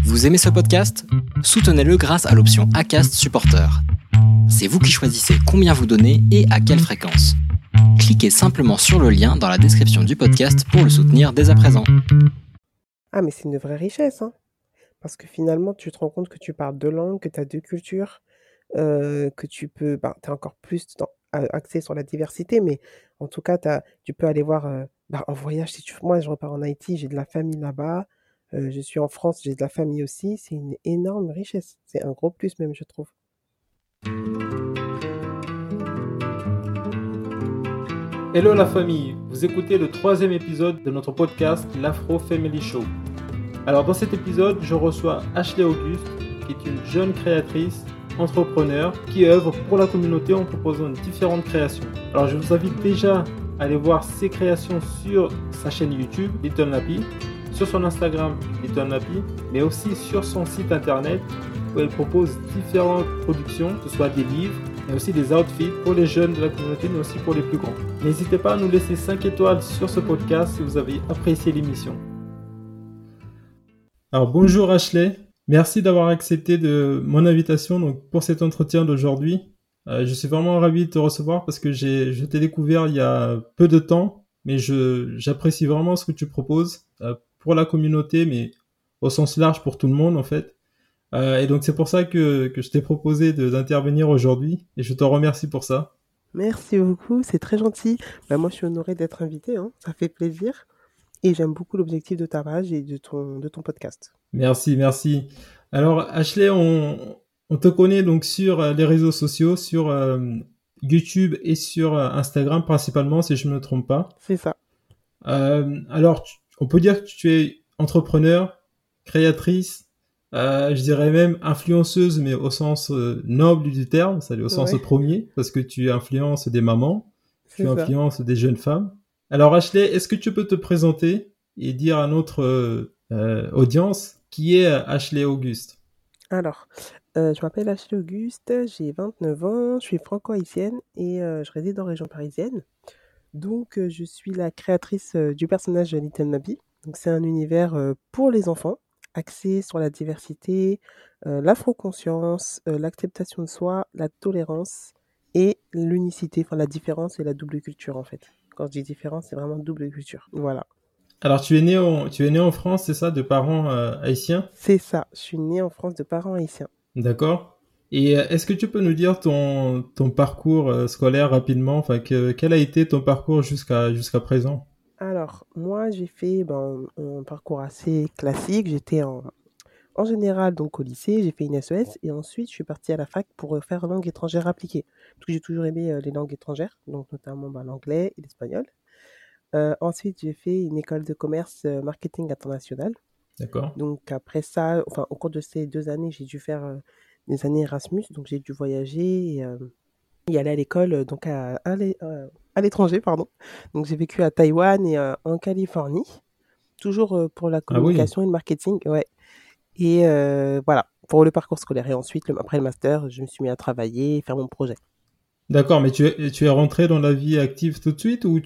Vous aimez ce podcast ? Soutenez-le grâce à l'option Acast Supporter. C'est vous qui choisissez combien vous donnez et à quelle fréquence. Cliquez simplement sur le lien dans la description du podcast pour le soutenir dès à présent. Ah, mais c'est une vraie richesse, hein. Parce que finalement, tu te rends compte que tu parles deux langues, que tu as deux cultures, que tu peux, t'es encore plus axé sur la diversité, mais en tout cas, tu peux aller voir en voyage. Si tu, moi, je repars en Haïti, j'ai de la famille là-bas. Je suis en France, j'ai de la famille aussi. C'est une énorme richesse. C'est un gros plus même, je trouve. Hello la famille, vous écoutez le 3e épisode de notre podcast l'Afro Family Show. Alors dans cet épisode, je reçois Ashley Auguste, qui est une jeune créatrice, entrepreneur, qui œuvre pour la communauté en proposant différentes créations. Alors je vous invite déjà à aller voir ses créations sur sa chaîne YouTube, Little Nappy, sur son Instagram, Little Nappy, mais aussi sur son site internet, où elle propose différentes productions, que ce soit des livres, mais aussi des outfits pour les jeunes de la communauté, mais aussi pour les plus grands. N'hésitez pas à nous laisser 5 étoiles sur ce podcast si vous avez apprécié l'émission. Alors bonjour Ashley, merci d'avoir accepté mon invitation pour cet entretien d'aujourd'hui. Je suis vraiment ravi de te recevoir parce que je t'ai découvert il y a peu de temps, mais j'apprécie vraiment ce que tu proposes pour la communauté, mais au sens large pour tout le monde en fait. Et donc c'est pour ça que je t'ai proposé d'intervenir aujourd'hui et je te remercie pour ça. Merci beaucoup, c'est très gentil. Moi, je suis honorée d'être invitée, hein. Ça fait plaisir. Et j'aime beaucoup l'objectif de ta page et de ton podcast. Merci. Alors Ashley, on te connaît donc sur les réseaux sociaux, sur YouTube et sur Instagram principalement, si je ne me trompe pas. C'est ça. Alors, on peut dire que tu es entrepreneur, créatrice, je dirais même influenceuse, mais au sens noble du terme, c'est-à-dire au sens premier, parce que tu influences des mamans, tu influences des jeunes femmes. Alors Ashley, est-ce que tu peux te présenter et dire à notre audience qui est Ashley Auguste ? Alors, je m'appelle Ashley Auguste, j'ai 29 ans, je suis franco-haïtienne et je réside en région parisienne. Donc, je suis la créatrice du personnage de Little Nappy. Donc, c'est un univers pour les enfants, axé sur la diversité, l'afro-conscience, l'acceptation de soi, la tolérance et l'unicité, enfin la différence et la double culture en fait. Quand je dis différence, c'est vraiment double culture. Voilà. Alors, tu es né en France, c'est ça, de parents haïtiens ? C'est ça, je suis née en France de parents haïtiens. D'accord. Et est-ce que tu peux nous dire ton parcours scolaire rapidement, enfin quel a été ton parcours jusqu'à présent ? Alors, moi, j'ai fait un parcours assez classique. J'étais en général donc au lycée, j'ai fait une SES et ensuite je suis partie à la fac pour faire langue étrangère appliquée. Parce que j'ai toujours aimé les langues étrangères, donc notamment l'anglais et l'espagnol. Ensuite, j'ai fait une école de commerce marketing international. D'accord. Donc après ça, enfin au cours de ces 2 années, j'ai dû faire des années Erasmus, donc j'ai dû voyager et aller à l'école donc à l'étranger, pardon. Donc j'ai vécu à Taïwan et en Californie, toujours pour la communication et le marketing, ouais. Et voilà, pour le parcours scolaire. Et ensuite, après le master, je me suis mis à travailler et faire mon projet. D'accord, mais tu es rentré dans la vie active tout de suite ou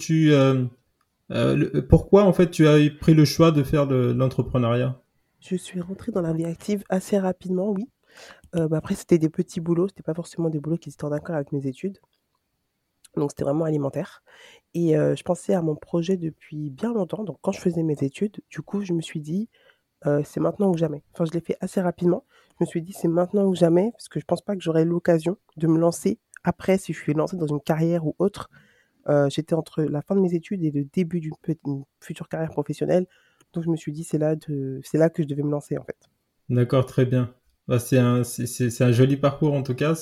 pourquoi en fait tu as pris le choix de faire de l'entrepreneuriat ? Je suis rentrée dans la vie active assez rapidement, oui. Après, c'était des petits boulots, c'était pas forcément des boulots qui étaient en accord avec mes études. Donc, c'était vraiment alimentaire. Et je pensais à mon projet depuis bien longtemps. Donc, quand je faisais mes études, du coup, je me suis dit, c'est maintenant ou jamais. Enfin, je l'ai fait assez rapidement. Je me suis dit, c'est maintenant ou jamais, parce que je pense pas que j'aurai l'occasion de me lancer après si je suis lancée dans une carrière ou autre. J'étais entre la fin de mes études et le début d'une future carrière professionnelle. Donc, je me suis dit, c'est là que je devais me lancer, en fait. D'accord, très bien. Bah, c'est un joli parcours en tout cas.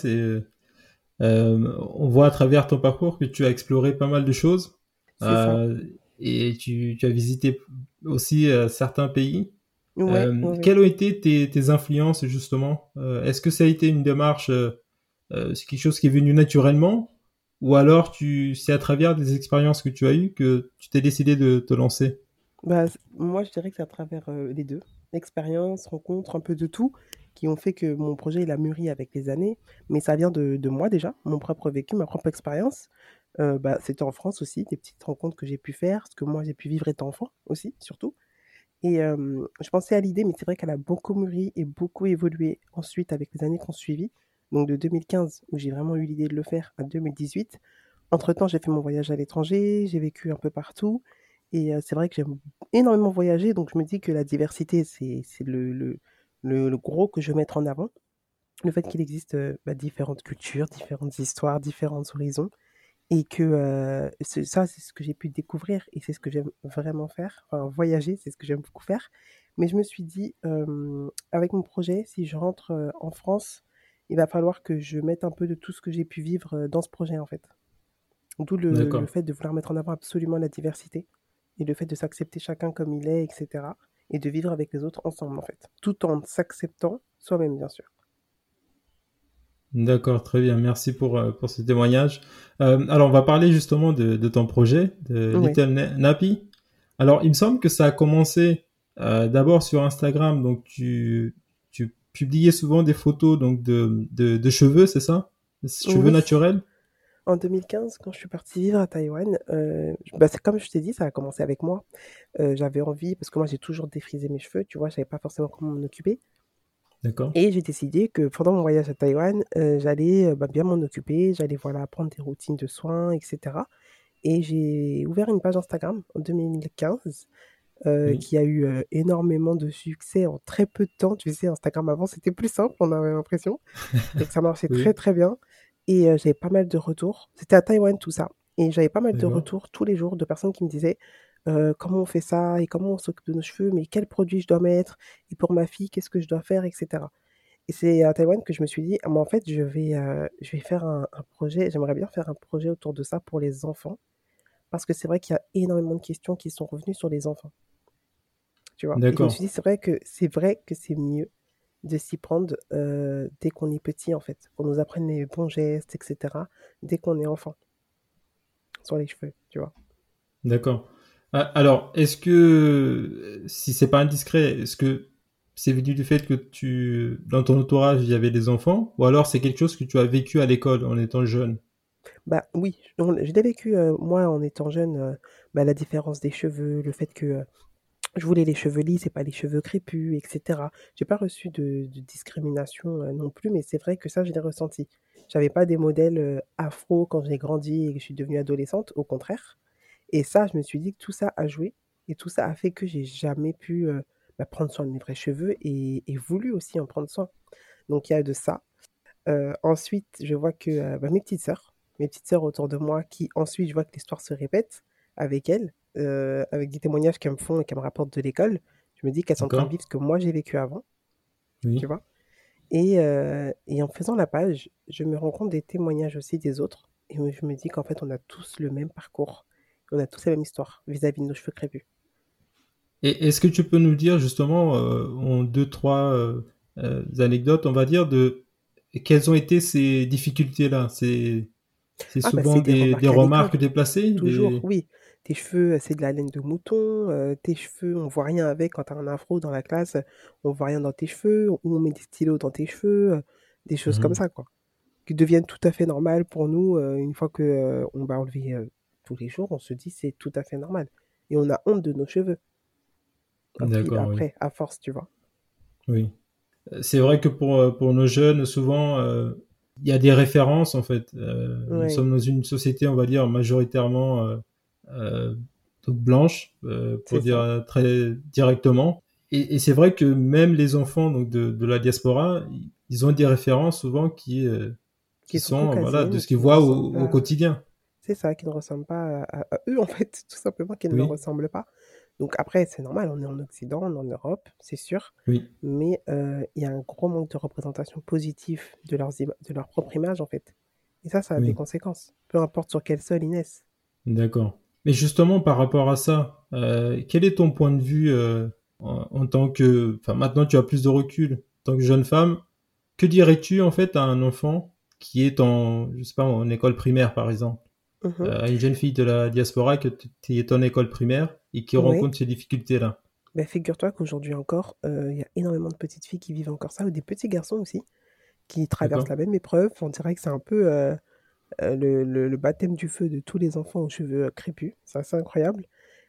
On voit à travers ton parcours que tu as exploré pas mal de choses. C'est ça. Et tu as visité aussi certains pays. Ouais. Quelles ont été tes influences justement ? Est-ce que ça a été une démarche, c'est quelque chose qui est venu naturellement, ou alors c'est à travers des expériences que tu as eues que tu t'es décidé de te lancer ? Moi, je dirais que c'est à travers les deux. Expérience, rencontre, un peu de tout, qui ont fait que mon projet, il a mûri avec les années. Mais ça vient de moi déjà, mon propre vécu, ma propre expérience. C'était en France aussi, des petites rencontres que j'ai pu faire, ce que moi j'ai pu vivre étant enfant aussi, surtout. Et je pensais à l'idée, mais c'est vrai qu'elle a beaucoup mûri et beaucoup évolué ensuite avec les années qui ont suivi. Donc de 2015, où j'ai vraiment eu l'idée de le faire, à 2018. Entre-temps, j'ai fait mon voyage à l'étranger, j'ai vécu un peu partout. Et c'est vrai que j'aime énormément voyager, donc je me dis que la diversité, c'est le gros que je veux mettre en avant. Le fait qu'il existe différentes cultures, différentes histoires, différents horizons. Et que ça, c'est ce que j'ai pu découvrir et c'est ce que j'aime vraiment faire. Enfin, voyager, c'est ce que j'aime beaucoup faire. Mais je me suis dit, avec mon projet, si je rentre en France, il va falloir que je mette un peu de tout ce que j'ai pu vivre dans ce projet, en fait. D'où le D'accord. fait de vouloir mettre en avant absolument la diversité et le fait de s'accepter chacun comme il est, etc. Et de vivre avec les autres ensemble, en fait. Tout en s'acceptant soi-même, bien sûr. D'accord, très bien. Merci pour ce témoignage. Alors, on va parler justement de ton projet, de Oui. Little Nappy. Alors, il me semble que ça a commencé d'abord sur Instagram. Donc, tu publiais souvent des photos donc de cheveux, c'est ça? Des cheveux Oui. naturels? En 2015, quand je suis partie vivre à Taïwan, c'est comme je t'ai dit, ça a commencé avec moi. J'avais envie, parce que moi j'ai toujours défrisé mes cheveux, tu vois, je savais pas forcément comment m'en occuper. D'accord. Et j'ai décidé que pendant mon voyage à Taïwan, j'allais bien m'en occuper, j'allais voilà, apprendre des routines de soins, etc. Et j'ai ouvert une page Instagram en 2015 Oui. qui a eu énormément de succès en très peu de temps. Tu sais, Instagram avant, c'était plus simple, on avait l'impression. Donc ça marchait très Oui. très bien. Et j'avais pas mal de retours. C'était à Taïwan tout ça. Et j'avais pas mal de D'accord. retours tous les jours de personnes qui me disaient comment on fait ça et comment on s'occupe de nos cheveux, mais quel produit je dois mettre et pour ma fille, qu'est-ce que je dois faire, etc. Et c'est à Taïwan que je me suis dit, ah, mais en fait, je vais faire un projet, j'aimerais bien faire un projet autour de ça pour les enfants, parce que c'est vrai qu'il y a énormément de questions qui sont revenues sur les enfants, tu vois. Et je me D'accord. suis dit, c'est vrai que c'est mieux de s'y prendre dès qu'on est petit, en fait, qu'on nous apprenne les bons gestes, etc., dès qu'on est enfant, sur les cheveux, tu vois. D'accord. Alors, est-ce que, si c'est pas indiscret, est-ce que c'est venu du fait que dans ton entourage, il y avait des enfants, ou alors c'est quelque chose que tu as vécu à l'école en étant jeune? Bah oui, j'ai vécu, moi, en étant jeune, la différence des cheveux, le fait que je voulais les cheveux lisses et pas les cheveux crépus, etc. J'ai pas reçu de discrimination non plus, mais c'est vrai que ça, je l'ai ressenti. J'avais pas des modèles afro quand j'ai grandi et que je suis devenue adolescente, au contraire. Et ça, je me suis dit que tout ça a joué et tout ça a fait que j'ai jamais pu prendre soin de mes vrais cheveux et voulu aussi en prendre soin. Donc il y a de ça. Ensuite, je vois que mes petites sœurs autour de moi, qui ensuite, je vois que l'histoire se répète avec elles, avec des témoignages qu'elles me font et qu'elles me rapportent de l'école. Je me dis qu'elles sont en train de D'accord? vivre ce que moi j'ai vécu avant, tu Oui. vois. Et en faisant la page, je me rends compte des témoignages aussi des autres. Et je me dis qu'en fait, on a tous le même parcours. On a tous la même histoire vis-à-vis de nos cheveux crépus. Et est-ce que tu peux nous dire justement en deux, trois anecdotes, on va dire, de quelles ont été ces difficultés-là? C'est Ah bah souvent c'est des des remarques à remarques l'école. déplacées, Toujours, des... oui. Tes cheveux, c'est de la laine de mouton. Tes cheveux, on voit rien avec quand t'as un afro dans la classe. On voit rien dans tes cheveux. Ou on met des stylos dans tes cheveux. Des choses comme Mhm. ça, quoi. Qui deviennent tout à fait normales pour nous. Une fois que on va enlever tous les jours, on se dit c'est tout à fait normal. Et on a honte de nos cheveux. D'accord, oui. Après, à force, tu vois. Oui. C'est vrai que pour nos jeunes, souvent, il y a des références en fait. Nous Oui, sommes dans une société, on va dire, majoritairement euh, donc blanche, pour c'est dire ça. très directement. Et c'est vrai que même les enfants donc de la diaspora, ils ont des références souvent qui Qui sont trop sont casés, voilà de mais ce qu'ils qui ne voient ressemblent au pas. quotidien. C'est ça, qui ne ressemble pas à eux, en fait, tout simplement, qui ne leur Oui, ressemble pas. Donc après, c'est normal, on est en Occident, on est en Europe, c'est sûr, oui, mais il y a un gros manque de représentation positive de leur propre image, en fait. Et ça a des oui. conséquences, peu importe sur quel sol ils naissent. D'accord. Mais justement, par rapport à ça, quel est ton point de vue en tant que, enfin maintenant tu as plus de recul, en tant que jeune femme, que dirais-tu en fait à un enfant qui est en, je sais pas, en école primaire par exemple, Mhm. à une jeune fille de la diaspora qui est en école primaire et qui Oui, rencontre ces difficultés-là? ben, figure-toi qu'aujourd'hui encore, il y a énormément de petites filles qui vivent encore ça, ou des petits garçons aussi, qui traversent D'accord? la même épreuve. On dirait que c'est un peu le baptême du feu de tous les enfants aux cheveux crépus. C'est assez incroyable.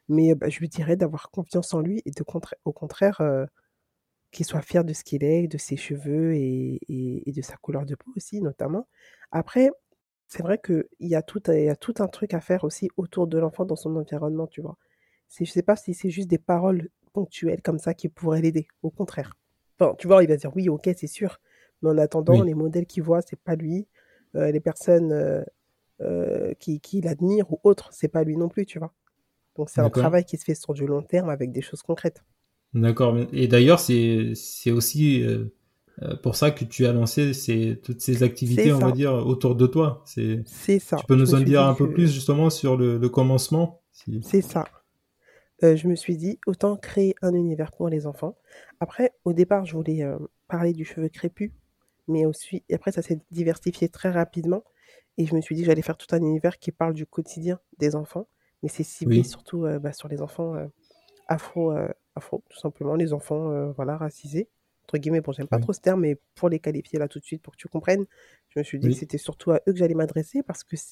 Mais je lui dirais d'avoir confiance en lui et au contraire, qu'il soit fier de ce qu'il est, de ses cheveux et de sa couleur de peau aussi, notamment. Après, c'est vrai il y a tout un truc à faire aussi autour de l'enfant dans son environnement, tu vois. Je sais pas si c'est juste des paroles ponctuelles comme ça qui pourraient l'aider. Au contraire. Enfin, tu vois, il va dire oui, ok, c'est sûr. Mais en attendant, Oui, les modèles qu'il voit, c'est pas lui. Les personnes qui l'admirent ou autres, c'est pas lui non plus, tu vois. Donc c'est un d'accord. travail qui se fait sur du long terme avec des choses concrètes. D'accord. Et d'ailleurs, c'est aussi pour ça que tu as lancé toutes ces C'est activités, on va ça, dire, autour de toi. c'est ça. Tu peux Je me nous en suis dire dit un peu que plus justement sur le commencement, si. c'est ça. Je me suis dit, autant créer un univers pour les enfants. Après, au départ, je voulais parler du cheveu crépus, mais aussi, et après, ça s'est diversifié très rapidement. Et je me suis dit que j'allais faire tout un univers qui parle du quotidien des enfants, mais c'est ciblé Oui, surtout sur les enfants afro, tout simplement, les enfants voilà, racisés, entre guillemets. Bon, j'aime pas oui, trop ce terme, mais pour les qualifier là tout de suite, pour que tu comprennes, je me suis dit que oui. c'était surtout à eux que j'allais m'adresser parce que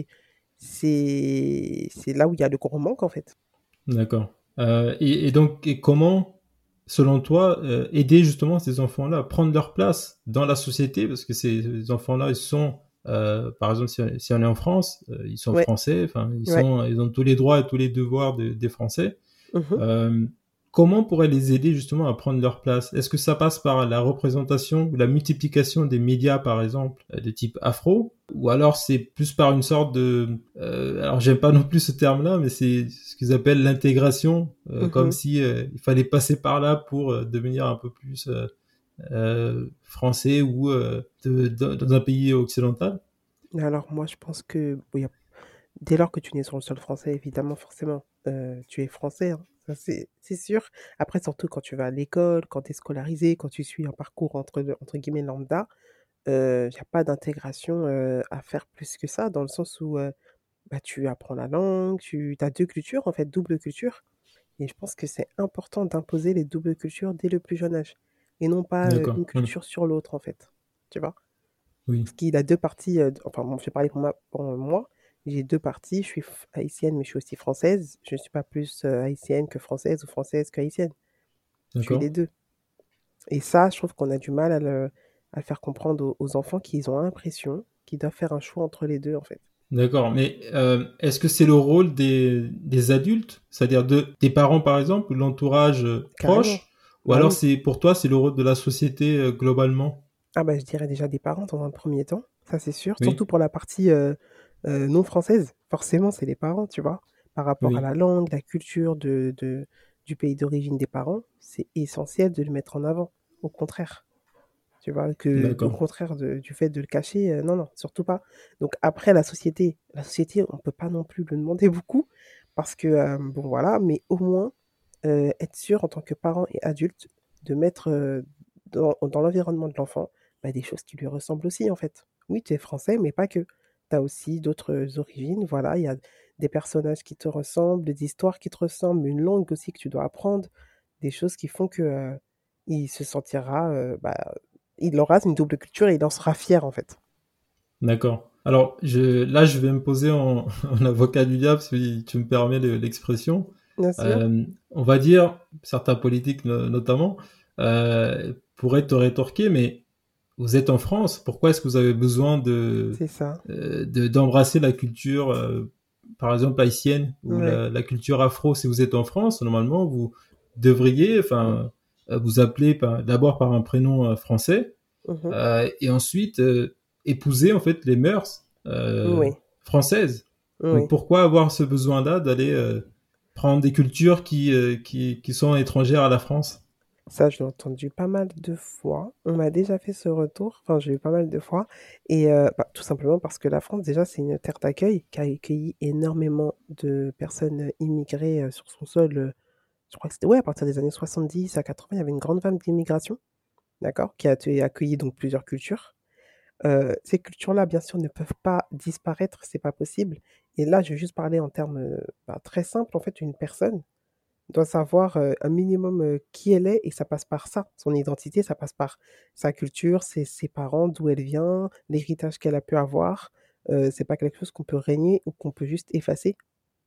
c'est là où il y a le gros manque, en fait. D'accord. Et donc, et comment, selon toi, aider justement ces enfants-là à prendre leur place dans la société, parce que ces enfants-là, ils sont, par exemple, si on est en France, ils sont Ouais, français, enfin, ouais. ils ont tous les droits et tous les devoirs des Français. Mhm. Euh, comment on pourrait les aider justement à prendre leur place? Est-ce que ça passe par la représentation ou la multiplication des médias, par exemple, de type afro? Ou alors c'est plus par une sorte de... alors j'aime pas non plus ce terme-là, mais c'est ce qu'ils appellent l'intégration, comme Mhm. si il fallait passer par là pour devenir un peu plus français ou dans un pays occidental. Alors moi, je pense que oui, dès lors que tu nais sur le sol français, évidemment, forcément, tu es français, hein, ça c'est sûr. Après, surtout quand tu vas à l'école, quand tu es scolarisé, quand tu suis un parcours entre guillemets «lambda», il y a pas d'intégration, à faire plus que ça, dans le sens où, bah, tu apprends la langue, tu as 2 cultures, en fait, double culture et je pense que c'est important d'imposer les doubles cultures dès le plus jeune âge et non pas, D'accord. une culture sur l'autre, en fait, tu vois? Oui. Parce qu'il a 2 parties, enfin bon, je vais parler pour moi, j'ai 2 parties, je suis haïtienne, mais je suis aussi française. Je ne suis pas plus, haïtienne que française ou française que haïtienne. Je suis D'accord. les 2. Et ça, je trouve qu'on a du mal à le faire comprendre aux enfants qu'ils ont l'impression qu'ils doivent faire un choix entre les 2 en fait. D'accord, mais est-ce que c'est le rôle des adultes, c'est-à-dire des parents par exemple, ou l'entourage Carrément. proche, ou Bah alors oui. c'est pour toi c'est le rôle de la société globalement? Ah bah, je dirais déjà des parents dans un premier temps, ça c'est sûr. Surtout Oui, pour la partie, non française. Forcément, c'est les parents, tu vois? Par rapport à oui, la langue, la culture du pays d'origine des parents, c'est essentiel de le mettre en avant. Au contraire, tu vois? Au d'accord, contraire du fait de le cacher, non, non, surtout pas. Donc après la société, on peut pas non plus le demander beaucoup parce que, bon voilà, mais au moins, être sûr en tant que parent et adulte de mettre, dans l'environnement de l'enfant, bah, des choses qui lui ressemblent aussi, en fait. Oui, tu es français, mais pas que. Tu as aussi d'autres origines, voilà, il y a des personnages qui te ressemblent, des histoires qui te ressemblent, une langue aussi que tu dois apprendre, des choses qui font que, il se sentira, bah, il aura une double culture et il en sera fier, en fait. d'accord. Alors là je vais me poser en avocat du diable si tu me permets l'expression. Bien sûr, On va dire certains politiques notamment pourraient te rétorquer, mais vous êtes en France, pourquoi est-ce que vous avez besoin c'est ça. d'embrasser la culture, par exemple haïtienne ou Ouais. la culture afro? Si vous êtes en France, normalement, vous devriez, enfin, vous appeler d'abord par un prénom français Mmh. et ensuite épouser en fait les mœurs Oui, françaises. Donc oui. pourquoi avoir ce besoin-là d'aller prendre des cultures qui sont étrangères à la France? Ça, je l'ai entendu pas mal de fois. On m'a déjà fait ce retour, enfin, j'ai eu pas mal de fois et bah, tout simplement parce que la France, déjà, c'est une terre d'accueil qui a accueilli énormément de personnes, immigrées, sur son sol, je crois que c'était ouais, à partir des années 70 à 80, il y avait une grande vague d'immigration, d'accord? Qui a été accueilli donc plusieurs cultures. Ces cultures-là, bien sûr, ne peuvent pas disparaître, c'est pas possible et là, je vais juste parler en termes, bah, très simples. En fait, une personne doit savoir, un minimum, qui elle est et ça passe par ça. Son identité, ça passe par sa culture, ses parents, d'où elle vient, l'héritage qu'elle a pu avoir. C'est pas quelque chose qu'on peut régner ou qu'on peut juste effacer.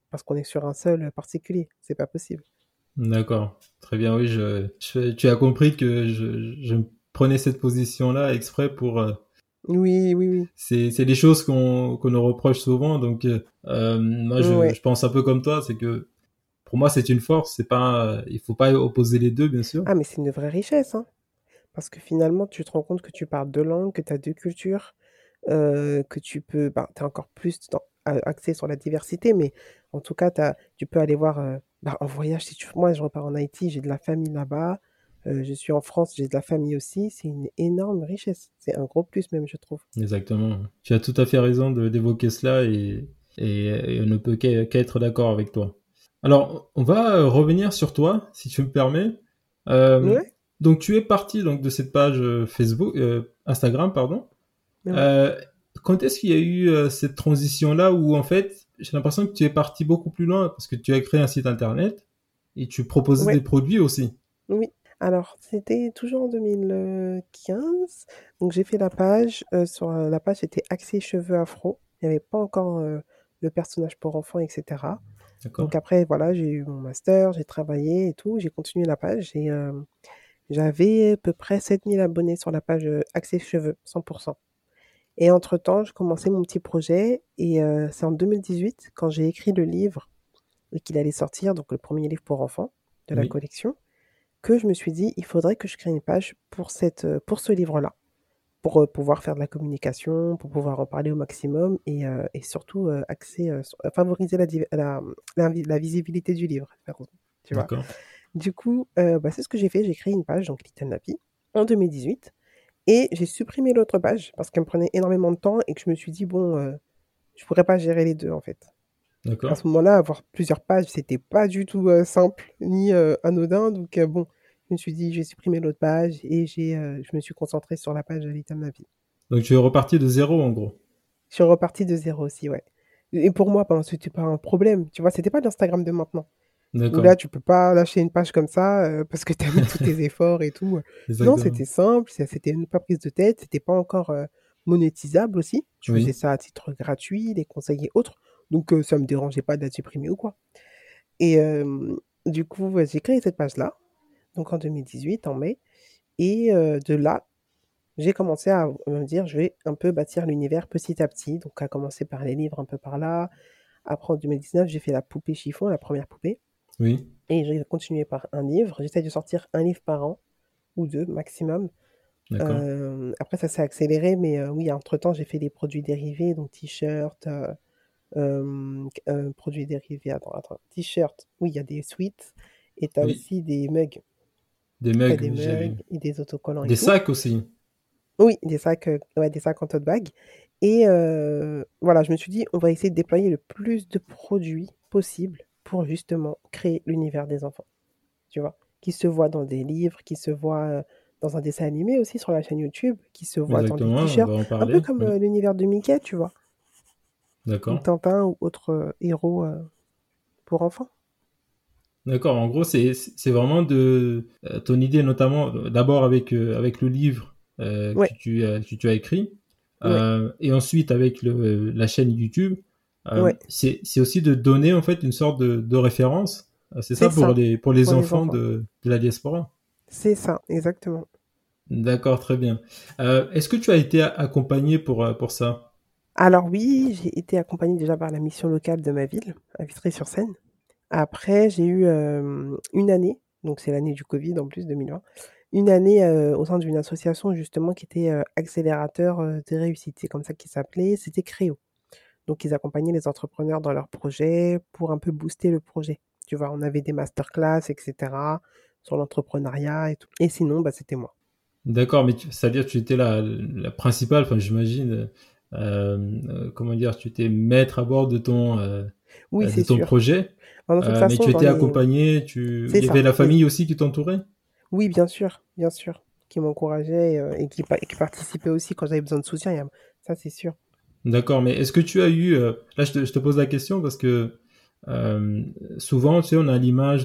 parce qu'on est sur un seul particulier. C'est pas possible. D'accord. Très bien, oui, tu as compris que je prenais cette position-là exprès pour... Oui, oui, oui. c'est des choses qu'on nous reproche souvent, donc moi Ouais. je pense un peu comme toi, c'est que pour moi c'est une force, c'est pas, il faut pas opposer les deux, bien sûr. Ah, mais c'est une vraie richesse, hein. Parce que finalement, tu te rends compte que tu parles 2 langues, que tu as 2 cultures, que tu peux tu es encore plus axé sur la diversité, mais en tout cas, tu peux aller voir, en voyage si tu moi, je repars en Haïti, j'ai de la famille là-bas, je suis en France, j'ai de la famille aussi, c'est une énorme richesse. C'est un gros plus même, je trouve. Exactement. Tu as tout à fait raison d'évoquer cela et on ne peut qu'être d'accord avec toi. Alors, on va revenir sur toi, si tu me permets. Euh, Ouais, donc, tu es parti donc de cette page Facebook, Instagram, pardon. ouais, Euh, Quand est-ce qu'il y a eu cette transition-là où en fait, j'ai l'impression que tu es parti beaucoup plus loin parce que tu as créé un site internet et tu proposais ouais, des produits aussi. oui. Alors, c'était toujours en 2015, donc j'ai fait la page, sur, la page, c'était axé cheveux afro. Il n'y avait pas encore, le personnage pour enfants et cetera. D'accord? Donc après, voilà, j'ai eu mon master, j'ai travaillé et tout, j'ai continué la page et j'avais à peu près 7 000 abonnés sur la page Axé Cheveux, 100%. Et entre-temps, je commençais mon petit projet et c'est en 2018, quand j'ai écrit le livre et qu'il allait sortir, donc le premier livre pour enfants de la Oui. collection, que je me suis dit, il faudrait que je crée une page pour ce livre-là, pour pouvoir faire de la communication, pour pouvoir en parler au maximum et surtout favoriser la visibilité du livre, tu vois. D'accord. Du coup, c'est ce que j'ai fait, j'ai créé une page, donc Little Nappy, en 2018 et j'ai supprimé l'autre page parce qu'elle me prenait énormément de temps et que je me suis dit: «Bon, je pourrais pas gérer les 2 en fait». À D'accord. ce moment-là, avoir plusieurs pages, c'était pas du tout, simple ni, anodin donc bon, je me suis dit: «Je vais supprimer l'autre page» et je me suis concentrée sur la page Little Nappy. Donc tu es reparti de zéro en gros. Je suis repartie de zéro aussi, ouais et pour moi, ben, c'était pas un problème, tu vois? C'était pas l'Instagram de maintenant. Où D'accord. là, tu peux pas lâcher une page comme ça, parce que tu as mis tous tes efforts et tout. Non, Exactement. c'était simple, c'était une pas prise de tête, c'était pas encore, monétisable aussi. Je faisais Oui. ça à titre gratuit, les conseils et autres, donc ça me dérangeait pas de la supprimer ou quoi et du coup, j'ai créé cette page-là, donc en 2018, en mai et de là, j'ai commencé à me dire: «Je vais un peu bâtir l'univers petit à petit», donc à commencer par les livres un peu par là. Après en 2019, j'ai fait la poupée chiffon, la première poupée. Oui. Et j'ai continué par un livre. J'essaie de sortir un livre par an ou 2 maximum. D'accord. Après ça s'est accéléré, mais oui, entre-temps, j'ai fait des produits dérivés, donc t-shirts, produits dérivés, attends, t-shirts, oui, il y a des sweats et tu as Oui. aussi des mugs. Des Tu as mugs, des oui, j'ai vu. mugs et des autocollants et Des tout. sacs aussi. Oui, des sacs, ouais, des sacs en tote bag et voilà, je me suis dit: «On va essayer de déployer le plus de produits possible pour justement créer l'univers des enfants». Tu vois? Qui se voit dans des livres, qui se voit, dans un dessin animé aussi sur la chaîne YouTube, qui se voit dans des Exactement, on va t-shirts, en un peu parler. comme, Oui. l'univers de Mickey, tu vois? Ou D'accord. Tintin ou autre, héros, pour enfants. D'accord. En gros, c'est vraiment de ton idée, notamment d'abord avec le livre Ouais, que tu as écrit, ouais, et ensuite avec la chaîne YouTube. ouais, C'est aussi de donner en fait une sorte de référence. C'est ça c'est ça, pour les pour les enfants enfants. de la diaspora. C'est ça, exactement. D'accord, très bien. Est-ce que tu as été accompagné pour ça? Alors oui, j'ai été accompagnée déjà par la mission locale de ma ville, à Vitry-sur-Seine. Après, j'ai eu, une année, donc c'est l'année du covid en plus, 2020, une année, au sein d'une association justement qui était, accélérateur, des réussites. C'est comme ça qu'il s'appelait, c'était Créo. Donc ils accompagnaient les entrepreneurs dans leurs projets pour un peu booster le projet. Tu vois? On avait des masterclass et cetera, sur l'entrepreneuriat et tout et sinon, c'était moi. D'accord, mais c'est-à-dire que tu étais la principale, enfin j'imagine, comment dire, tu étais maître à bord Oui, de c'est ton sûr. projet, De toute mais façon tu dans étais les accompagné, c'est il y avait ça, la famille aussi qui t'entourait? oui, bien sûr, qui m'encourageait, et qui participait aussi quand j'avais besoin de soutien, il y a ça c'est sûr. D'accord, mais est-ce que tu as eu, là je te pose la question parce que euh, souvent, tu sais, on a l'image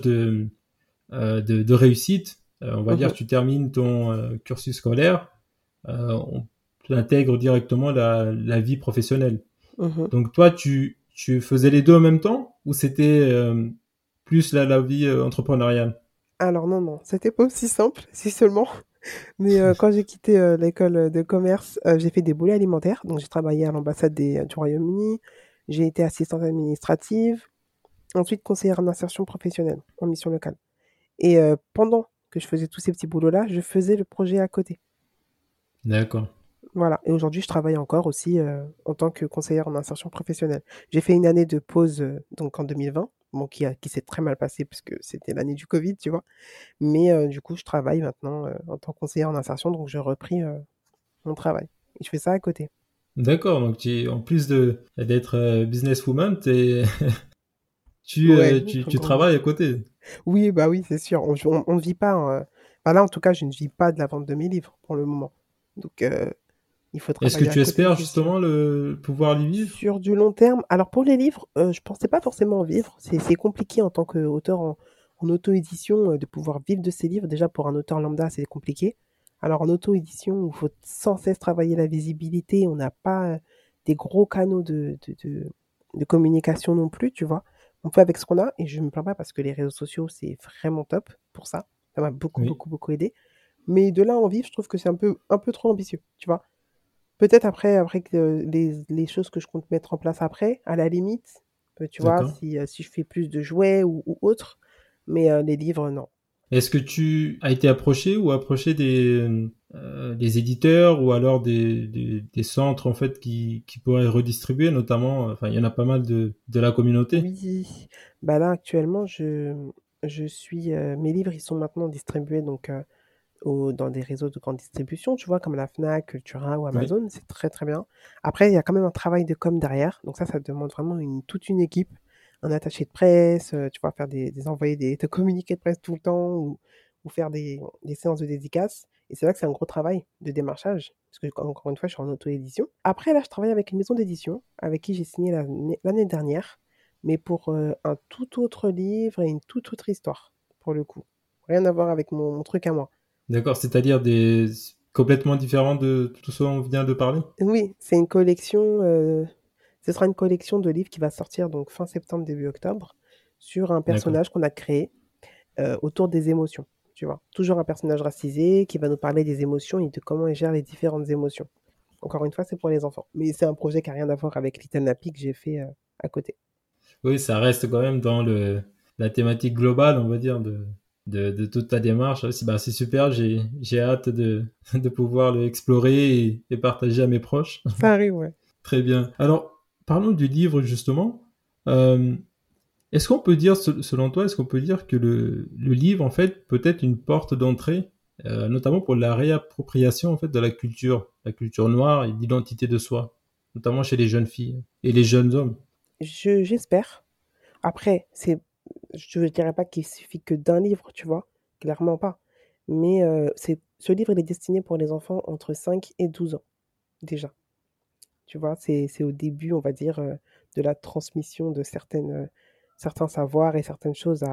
de réussite. On va Mmh dire mh. que tu termines ton cursus scolaire, on intègre directement la vie professionnelle. Mmh. Donc toi, tu faisais les deux en même temps? ou c'était plus la vie entrepreneuriale? Alors non, c'était pas aussi simple, si seulement. Mais quand j'ai quitté l'école de commerce, j'ai fait des boulots alimentaires. Donc j'ai travaillé à l'ambassade du Royaume-Uni. J'ai été assistante administrative. Ensuite, conseillère en insertion professionnelle en mission locale. Et pendant que je faisais tous ces petits boulots-là, je faisais le projet à côté. D'accord. Voilà. Et aujourd'hui, je travaille encore aussi en tant que conseillère en insertion professionnelle. J'ai fait une année de pause donc en 2020, bon, qui s'est très mal passée puisque c'était l'année du Covid, tu vois. Mais du coup, je travaille maintenant en tant que conseillère en insertion, donc j'ai repris mon travail. Et je fais ça à côté. D'accord, donc en plus d'être businesswoman, Ouais, tu travailles à côté. oui, bah oui, c'est sûr. On ne vit pas. Enfin, là, en tout cas, je ne vis pas de la vente de mes livres pour le moment. Donc, il faut Est-ce que travailler à tu côté, espères c'est sûr. justement le pouvoir y vivre? Sur du long terme, alors pour les livres, je pensais pas forcément en vivre. C'est compliqué en tant qu'auteur en auto-édition de pouvoir vivre de ses livres. Déjà, pour un auteur lambda, c'est compliqué. Alors en auto-édition, où il faut sans cesse travailler la visibilité, on n'a pas des gros canaux de communication non plus, tu vois. On fait avec ce qu'on a et je me plains pas parce que les réseaux sociaux, c'est vraiment top pour ça. Ça m'a beaucoup, Oui. beaucoup, beaucoup aidé. Mais de là à en vivre, je trouve que c'est un peu trop ambitieux, tu vois. Peut-être après que les choses que je compte mettre en place après, à la limite, tu vois, D'accord. si je fais plus de jouets ou autre, mais les livres, non. Est-ce que tu as été approché ou approché des éditeurs ou alors des centres en fait qui pourraient redistribuer, notamment, enfin il y en a pas mal de la communauté. Oui, bah là actuellement, mes livres, ils sont maintenant distribués donc dans des réseaux de grande distribution, tu vois, comme la Fnac, Cultura ou Oui, Amazon, c'est très très bien. Après, il y a quand même un travail de com derrière, donc ça demande vraiment toute une équipe, un attaché de presse, tu vois, faire envoyer des communiqués de presse tout le temps ou faire des séances de dédicaces. Et c'est là que c'est un gros travail de démarchage, parce que encore une fois, je suis en auto-édition. Après, là, je travaille avec une maison d'édition avec qui j'ai signé l'année dernière, mais pour un tout autre livre et une toute autre histoire, pour le coup. Rien à voir avec mon truc à moi. d'accord, c'est-à-dire des complètement différents de tout ce dont on vient de parler. Oui, c'est une collection, ce sera une collection de livres qui va sortir donc fin septembre, début octobre, sur un D'accord. personnage qu'on a créé autour des émotions, tu vois. Toujours un personnage racisé qui va nous parler des émotions et de comment il gère les différentes émotions. Encore une fois, c'est pour les enfants. Mais c'est un projet qui n'a rien à voir avec Little Nappy que j'ai fait à côté. Oui, ça reste quand même dans la thématique globale, on va dire, de toute ta démarche. C'est super, j'ai hâte de pouvoir le explorer et partager à mes proches. Ça arrive, ouais. Très bien. Alors, parlons du livre justement. Euh, Est-ce qu'on peut dire, selon toi, est-ce qu'on peut dire que le livre, en fait, peut être une porte d'entrée, notamment pour la réappropriation, en fait, de la culture noire et l'identité de soi, notamment chez les jeunes filles et les jeunes hommes? J'espère. Après, je ne dirais pas qu'il suffit que d'un livre, tu vois. Clairement pas. Mais ce livre, il est destiné pour les enfants entre 5 et 12 ans, déjà. Tu vois, c'est au début, on va dire, de la transmission de certains savoirs et certaines choses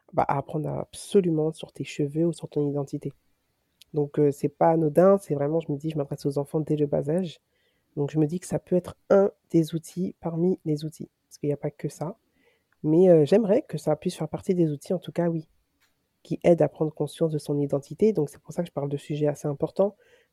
à apprendre absolument sur tes cheveux ou sur ton identité. Donc, c'est pas anodin, c'est vraiment, je me dis, je m'adresse aux enfants dès le bas âge. Donc, je me dis que ça peut être un des outils parmi les outils. Parce qu'il n'y a pas que ça. Mais j'aimerais que ça puisse faire partie des outils, en tout cas, oui, qui aident à prendre conscience de son identité. Donc, c'est pour ça que je parle de sujets assez importants.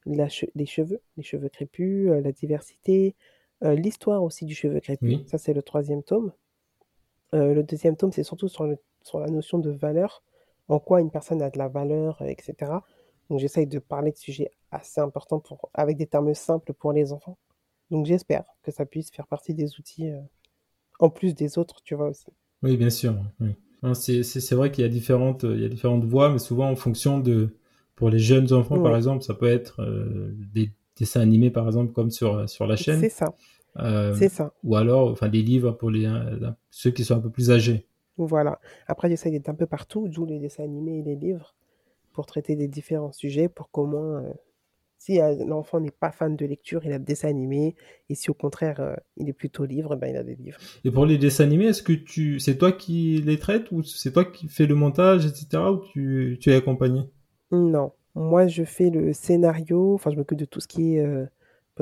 Les cheveux crépus, la diversité, l'histoire aussi du cheveu crépus. Oui. Ça, c'est le troisième tome. Le deuxième tome, c'est surtout sur la notion de valeur, en quoi une personne a de la valeur, etc. Donc, j'essaye de parler de sujets assez importants avec des termes simples pour les enfants. Donc, j'espère que ça puisse faire partie des outils, en plus des autres, tu vois aussi. Oui, bien sûr. Oui. Non, c'est vrai il y a différentes voies, mais souvent en fonction pour les jeunes enfants, par Oui, exemple, ça peut être des dessins animés, par exemple, comme sur la chaîne, c'est ça, euh, c'est ça. ou alors, enfin, des livres pour ceux qui sont un peu plus âgés. Voilà. Après, j'essaie d'être un peu partout, d'où les dessins animés et les livres, pour traiter des différents sujets, pour qu'au moins, si l'enfant n'est pas fan de lecture, il a le dessin animé, et si au contraire, il est plutôt livre, ben, il a des livres. Et pour les dessins animés, c'est toi qui les traites ou c'est toi qui fais le montage, etc., ou tu es accompagné? Non, moi, je fais le scénario, enfin, je m'occupe de tout ce qui est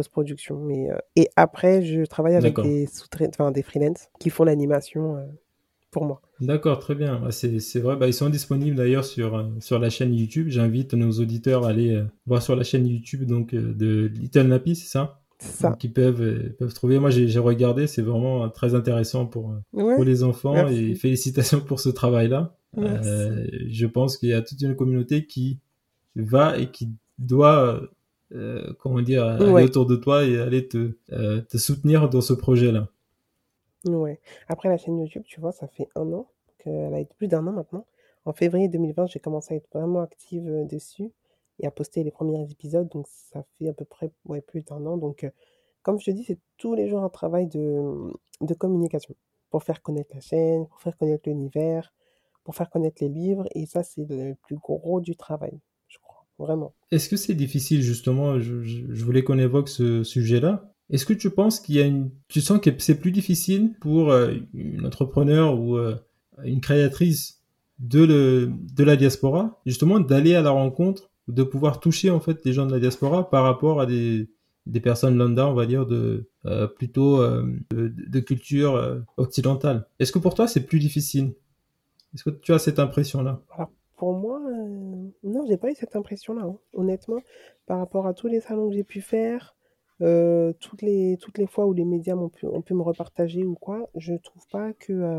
post-production, et après, je travaille avec D'accord. des sous-traitants, enfin, des freelance qui font l'animation. pour moi. D'accord, très bien. Bah, c'est vrai, bah, ils sont disponibles d'ailleurs sur la chaîne YouTube. J'invite nos auditeurs à aller voir sur la chaîne YouTube donc, de Little Nappy, c'est ça? C'est ça. Donc ils peuvent trouver. Moi j'ai regardé, c'est vraiment très intéressant pour Ouais, les enfants et merci. félicitations pour ce travail-là. Merci. Je pense qu'il y a toute une communauté qui va et qui doit, comment dire, aller Ouais, autour de toi et aller te soutenir dans ce projet-là. ouais. Après, la chaîne YouTube, tu vois, ça fait 1 an, qu'elle a été plus d'1 an maintenant. En février 2020, j'ai commencé à être vraiment active dessus et à poster les premiers épisodes. Donc, ça fait à peu près ouais, plus d'1 an. Donc, comme je te dis, c'est tous les jours un travail de communication pour faire connaître la chaîne, pour faire connaître l'univers, pour faire connaître les livres. Et ça, c'est le plus gros du travail, je crois. Vraiment. Est-ce que c'est difficile justement, je voulais qu'on évoque ce sujet-là. Est-ce que tu penses tu sens que c'est plus difficile pour une entrepreneur ou une créatrice de la diaspora, justement d'aller à la rencontre, de pouvoir toucher en fait les gens de la diaspora par rapport à des personnes lambda, on va dire, plutôt de culture occidentale. Est-ce que pour toi c'est plus difficile? Est-ce que tu as cette impression-là? Alors, pour moi, non, j'ai pas eu cette impression-là, hein. Honnêtement, par rapport à tous les salons que j'ai pu faire, toutes les fois où les médias ont pu me repartager ou quoi, je trouve pas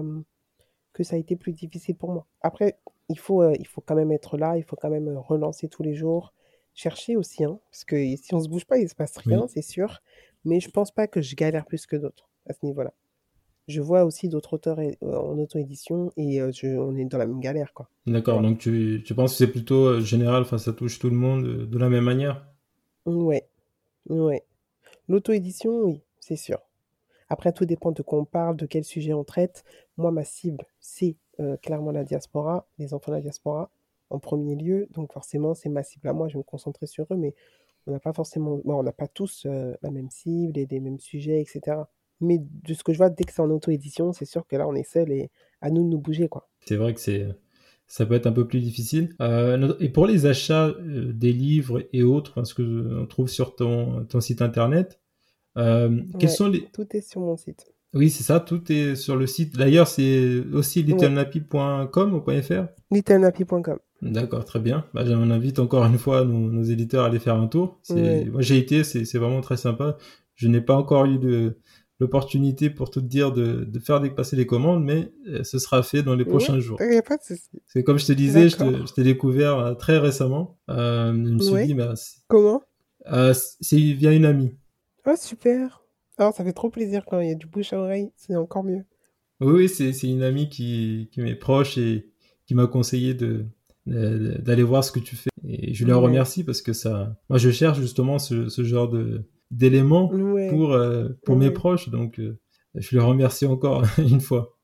que ça a été plus difficile pour moi. Après, il faut quand même être là, il faut quand même relancer tous les jours, chercher aussi, hein, parce que si on se bouge pas, il se passe rien, Oui. c'est sûr. Mais je pense pas que je galère plus que d'autres à ce niveau-là. Je vois aussi d'autres auteurs en auto-édition et on est dans la même galère, quoi. Tu D'accord, vois. donc tu penses que c'est plutôt général, enfin ça touche tout le monde de la même manière? Ouais, ouais. L'auto-édition, oui, c'est sûr. Après, tout dépend de quoi on parle, de quel sujet on traite. Moi, ma cible, c'est clairement la diaspora, les enfants de la diaspora, en premier lieu. Donc, forcément, c'est ma cible à moi. Je vais me concentrer sur eux, mais on n'a pas forcément, bon, on n'a pas tous la même cible et les mêmes sujets, etc. Mais de ce que je vois, dès que c'est en auto-édition, c'est sûr que là, on est seul et à nous de nous bouger, quoi. C'est vrai que ça peut être un peu plus difficile. Et pour les achats des livres et autres, hein, ce que on trouve sur ton site internet, quels Ouais, sont les... tout est sur mon site. Oui, c'est ça, tout est sur le site. D'ailleurs, c'est aussi Ouais, littlenappy.com ou .fr. littlenappy.com. D'accord, très bien. Bah, j'en invite encore une fois nos éditeurs à aller faire un tour. Ouais. Moi, j'ai été, c'est vraiment très sympa. Je n'ai pas encore eu l'opportunité, pour tout te dire, de faire passer les commandes, mais ce sera fait dans les Ouais, prochains jours. il n'y a pas de souci. C'est comme je te disais, je D'accord. t'ai découvert très récemment. Je me suis Ouais. dit, bah, Comment? c'est via une amie. Oh, super. Alors, ça fait trop plaisir quand il y a du bouche à oreille. C'est encore mieux. Oui, oui, c'est une amie qui m'est proche et qui m'a conseillé d'aller voir ce que tu fais. Et je lui en Ouais. remercie parce que moi je cherche justement ce genre d'éléments Ouais. pour mes Ouais. proches. Donc, je le remercie encore une fois.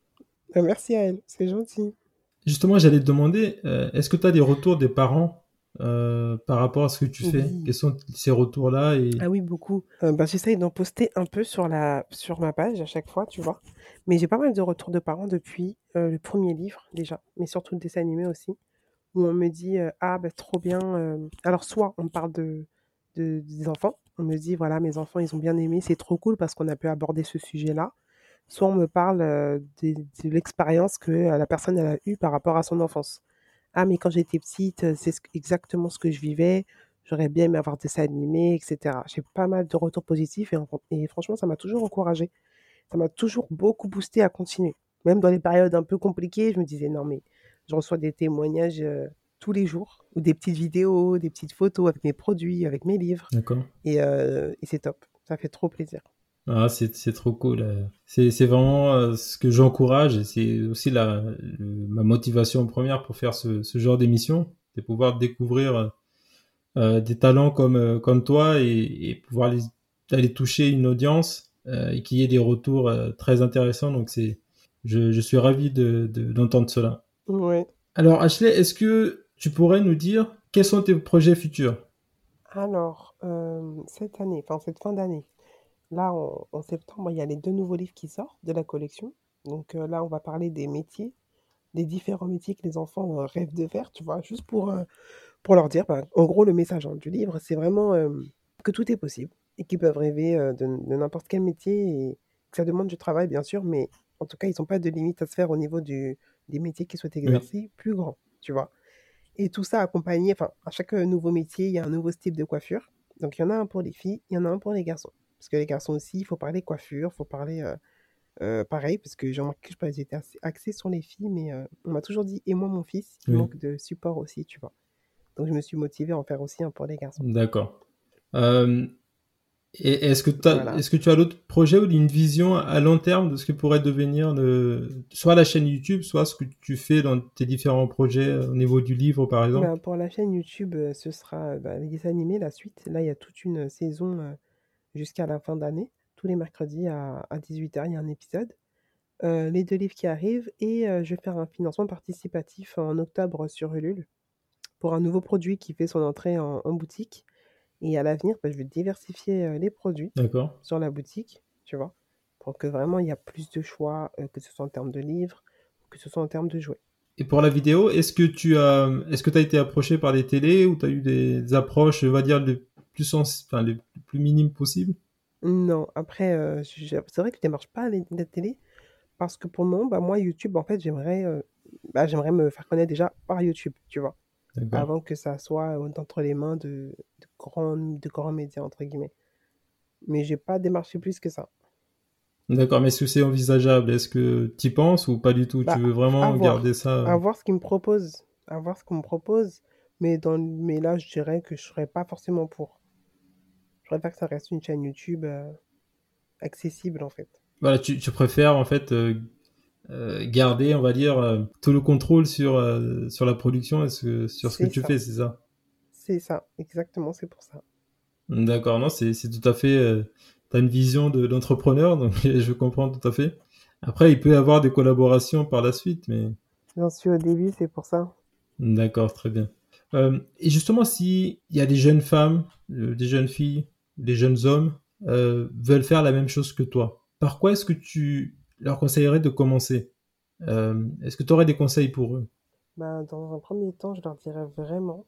Merci à elle. C'est gentil. Justement, j'allais te demander, est-ce que tu as des retours des parents par rapport à ce que tu fais? Oui. Quels sont ces retours-là Ah oui, beaucoup. Bah, j'essaye d'en poster un peu sur ma page à chaque fois, tu vois. Mais j'ai pas mal de retours de parents depuis le premier livre, déjà. Mais surtout le dessin animé aussi. Où on me dit, ah, bah, trop bien. Alors, soit on parle des enfants. On me dit, voilà, mes enfants, ils ont bien aimé. C'est trop cool parce qu'on a pu aborder ce sujet-là. Soit on me parle de l'expérience que la personne elle a eue par rapport à son enfance. Ah, mais quand j'étais petite, c'est exactement ce que je vivais. J'aurais bien aimé avoir des dessins animés, etc. J'ai pas mal de retours positifs et franchement, ça m'a toujours encouragée. Ça m'a toujours beaucoup boosté à continuer. Même dans les périodes un peu compliquées, je me disais, non, mais je reçois des témoignages tous les jours, ou des petites vidéos, des petites photos avec mes produits, avec mes livres. D'accord. Et c'est top. Ça fait trop plaisir. Ah, c'est trop cool. C'est vraiment ce que j'encourage et c'est aussi ma motivation première pour faire ce genre d'émission, c'est pouvoir découvrir des talents comme toi et pouvoir aller toucher une audience et qu'il y ait des retours très intéressants. Donc je suis ravi d'entendre cela. Ouais. Alors Ashley, est-ce que tu pourrais nous dire quels sont tes projets futurs? Alors, cette année, enfin cette fin d'année, là en septembre, il y a les 2 nouveaux livres qui sortent de la collection. Donc là, on va parler des métiers, des différents métiers que les enfants rêvent de faire, tu vois? Juste pour leur dire, bah, en gros, le message, hein, du livre, c'est vraiment, que tout est possible et qu'ils peuvent rêver, de n'importe quel métier et que ça demande du travail, bien sûr, mais En tout cas, ils n'ont pas de limite à se faire au niveau des métiers qu'ils souhaitent Oui. exercer, plus grands, tu vois. Et tout ça accompagné, enfin, à chaque nouveau métier, il y a un nouveau style de coiffure. Donc, il y en a un pour les filles, il y en a un pour les garçons. Parce que les garçons aussi, il faut parler coiffure, il faut parler pareil, parce que j'ai remarqué que je j'étais assez axée sur les filles, mais on m'a toujours dit, et moi, mon fils, il Oui. manque de support aussi, tu vois. Donc, je me suis motivée à en faire aussi un pour les garçons. D'accord. Euh, et Voilà. est-ce que tu as d'autres projets ou une vision à long terme de ce que pourrait devenir soit la chaîne YouTube, soit ce que tu fais dans tes différents projets au niveau du livre, par exemple? Pour la chaîne YouTube, ce sera les animés, la suite. Là, il y a toute une saison jusqu'à la fin d'année. Tous les mercredis à 18h, il y a un épisode. Les 2 livres qui arrivent et je vais faire un financement participatif en octobre sur Ulule pour un nouveau produit qui fait son entrée en boutique. Et à l'avenir, je vais diversifier les produits D'accord. sur la boutique, tu vois, pour que vraiment il y a plus de choix, que ce soit en termes de livres, que ce soit en termes de jouets. Et pour la vidéo, est-ce que tu as été approché par les télés ou tu as eu des approches, on va dire, les plus minimes possibles? Non, après, c'est vrai que je démarche pas la télé parce que pour le moment, moi, YouTube, en fait, j'aimerais me faire connaître déjà par YouTube, tu vois, D'accord. avant que ça soit entre les mains de grands médias, entre guillemets. Mais j'ai pas démarché plus que ça. D'accord, mais est-ce que c'est envisageable? Est-ce que tu y penses ou pas du tout? Tu Bah, veux à vraiment garder voir. ça? À voir ce qu'ils me proposent. À voir ce qu'on me propose. Mais là, je dirais que je serais pas forcément pour. Je préfère que ça reste une chaîne YouTube accessible, en fait. Voilà, tu préfères en fait garder, on va dire, tout le contrôle sur la production et sur ce que C'est tu ça. fais, c'est ça? C'est ça. Exactement, c'est pour ça. D'accord, non, c'est tout à fait. T'as une vision d'entrepreneur, donc je comprends tout à fait. Après, il peut y avoir des collaborations par la suite, mais J'en suis au début, c'est pour ça. d'accord, très bien. Et justement, si il y a des jeunes femmes, des jeunes filles, des jeunes hommes veulent faire la même chose que toi, par quoi est-ce que tu leur conseillerais de commencer? Est-ce que tu aurais des conseils pour eux? Dans un premier temps, je leur dirais vraiment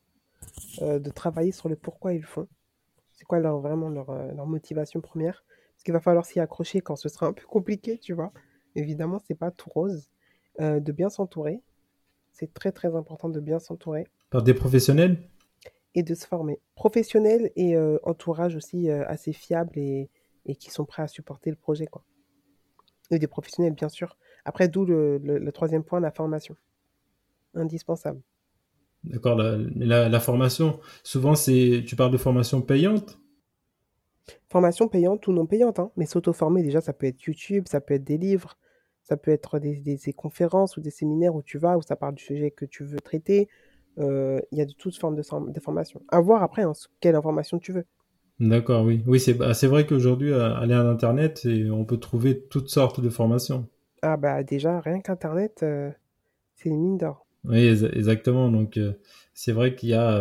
de travailler sur le pourquoi ils font. C'est quoi vraiment leur motivation première. Parce qu'il va falloir s'y accrocher quand ce sera un peu compliqué, tu vois. Évidemment, c'est pas tout rose. De bien s'entourer. C'est très très important de bien s'entourer Par des professionnels? et de se former. Professionnel et entourage aussi assez fiable et qui sont prêts à supporter le projet, quoi. Et des professionnels, bien sûr. Après, d'où le troisième point, la formation. Indispensable. D'accord, la formation. Souvent, tu parles de formation payante? Formation payante ou non payante, hein. Mais s'auto-former, déjà, ça peut être YouTube, ça peut être des livres, ça peut être des conférences ou des séminaires où tu vas, où ça parle du sujet que tu veux traiter. Il y a de toutes formes de formation. À voir après hein, quelle information tu veux. D'accord, oui. Oui, c'est vrai qu'aujourd'hui, à l'ère d'Internet, on peut trouver toutes sortes de formations. Ah déjà, rien qu'Internet, c'est une mine d'or. Oui, exactement. Donc, c'est vrai